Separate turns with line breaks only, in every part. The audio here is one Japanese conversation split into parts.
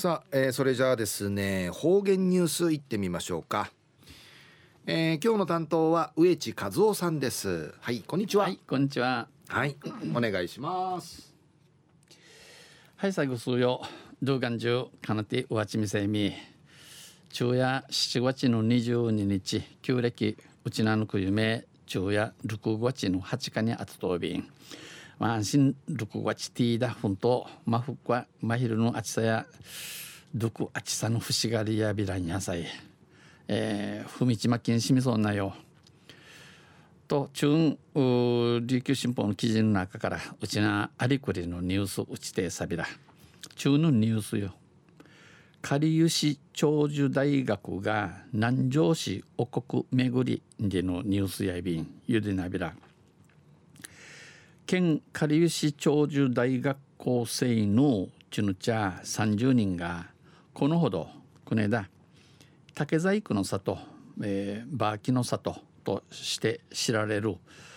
さあ、それじゃあですね、方言ニュースいってみましょうか。今日の担当は植地和夫さんです。はい、こんにちは。
はい、こんにちは。
はい、お願いします。
はい、最後数曜、動画中、かなてうわちみせみ。昼夜7月の22日、旧暦、うちなぬく夢、昼夜6月の8日にあたとびん。安心6月ティーダフンと、まふっは、まひるのあちさや、どくあちさのふしがりやびらんやさい。ふみちまきんしみそうなよ。と中琉球新報の記事の中からうちなありくりのニュースうちてさびら中のニュースよ。かりゆし長寿大学が南城市お国巡りでのニュースやびんゆでなびら県かりゆし長寿大学校生のちぬちゃ30人がこのほどくねだ竹細工の里、バーキの里として知られる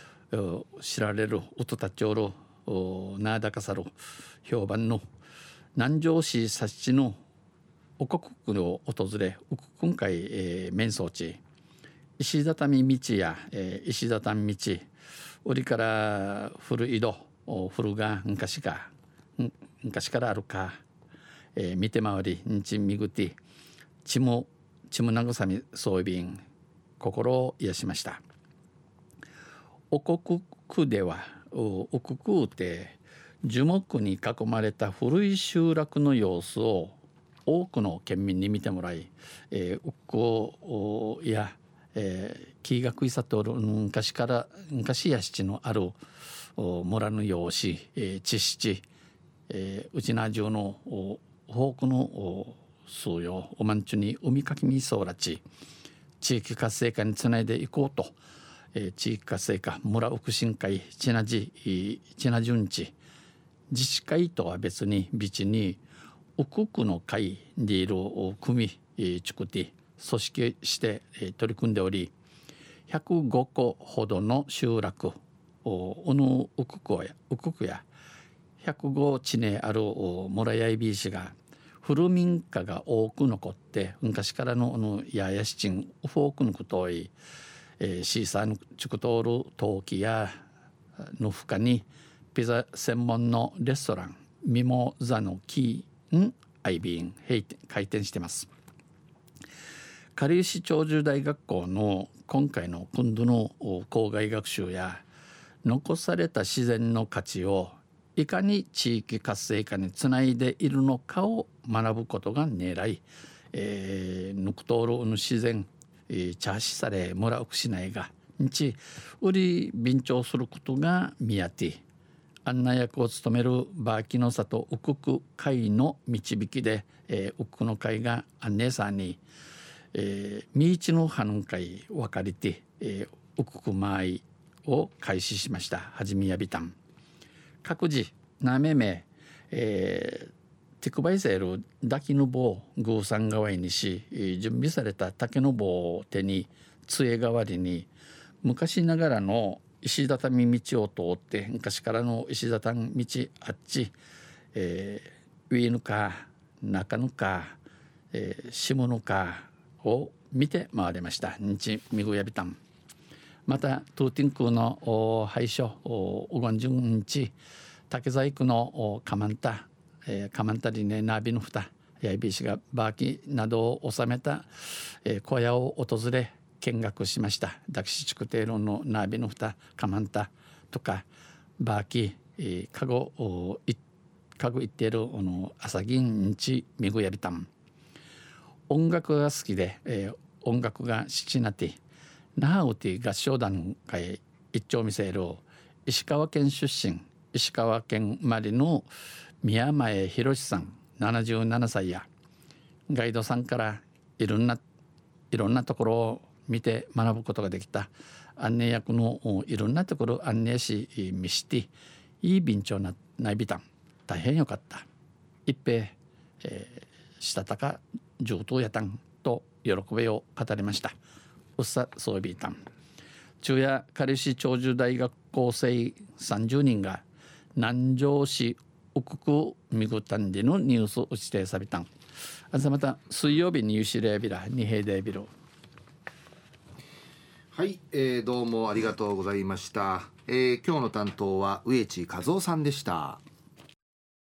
音たちおるなだかさる評判の南城市佐知のお国区を訪れ今回、面相地石畳道や、石畳道折から古い戸古が昔からあるか、見て回りんちみぐてちむ慰みそうびん心を癒しました。お国区ではお国区って樹木に囲まれた古い集落の様子を多くの県民に見てもらい、うっこや、木が食いさっておる昔や七のある村の様子、地七、うちなじゅうの多くの数よおまんちゅに海かきみそうらち地域活性化につないでいこうと、地域活性化村福祉会ちなじんち自治会とは別にビチにウク区の会でいる組作って組織して取り組んでおり105個ほどの集落おのウク区や105地にある村やいびいしが古民家が多く残って昔からのややしちんフォークのことをシーサーのチクトール陶器やのふかにピザ専門のレストランミモザのキーアイビーン開店しています。かりゆし長寿大学校の今回の今度の校外学習や残された自然の価値をいかに地域活性化につないでいるのかを学ぶことが狙い、ぬくとおる自然、チャーシされ村うくしないがんち売り便乗することが見当て案内役を務めるバーキの里ウクク会の導きで、ウククの会が案内さんに、みいちの花会分かりて、ウククマイを開始しました。はじめやびたん各自なめめ、ティクバイセール抱きの棒グーさん代わりにし準備された竹の棒を手に杖代わりに昔ながらの石畳道を通って昔からの石畳道あっち、上ぬか中ぬか、下ぬかを見て回りました。日みぐやびたんまたトゥーティンクの廃所ウゴンジュン日竹細工のカマンタリネナビのふたやいびしがバーキなどを収めた、小屋を訪れ見学しました。ダキシチクテーロのナビのふたカマンタとかバーキカゴ行っている朝銀日みぐやびたん音楽が好きで、音楽が七なて那覇ウティ合唱団会一丁見せる石川県出身石川県生まれの宮前博さん77歳やガイドさんからいろんなところを見て学ぶことができた案内役のいろんなところ案内し見していい便長な内ビタン大変よかった一平、したたか上等やたんと喜びを語りました。うっさそうびいたん中夜彼氏長寿大学校生30人が南城市うくくみぐたんでのニュース打ちてさびたんあざまた水曜日にゆしれびらにへいでびろ。
はい、どうもありがとうございました。今日の担当は植地和夫さんでした。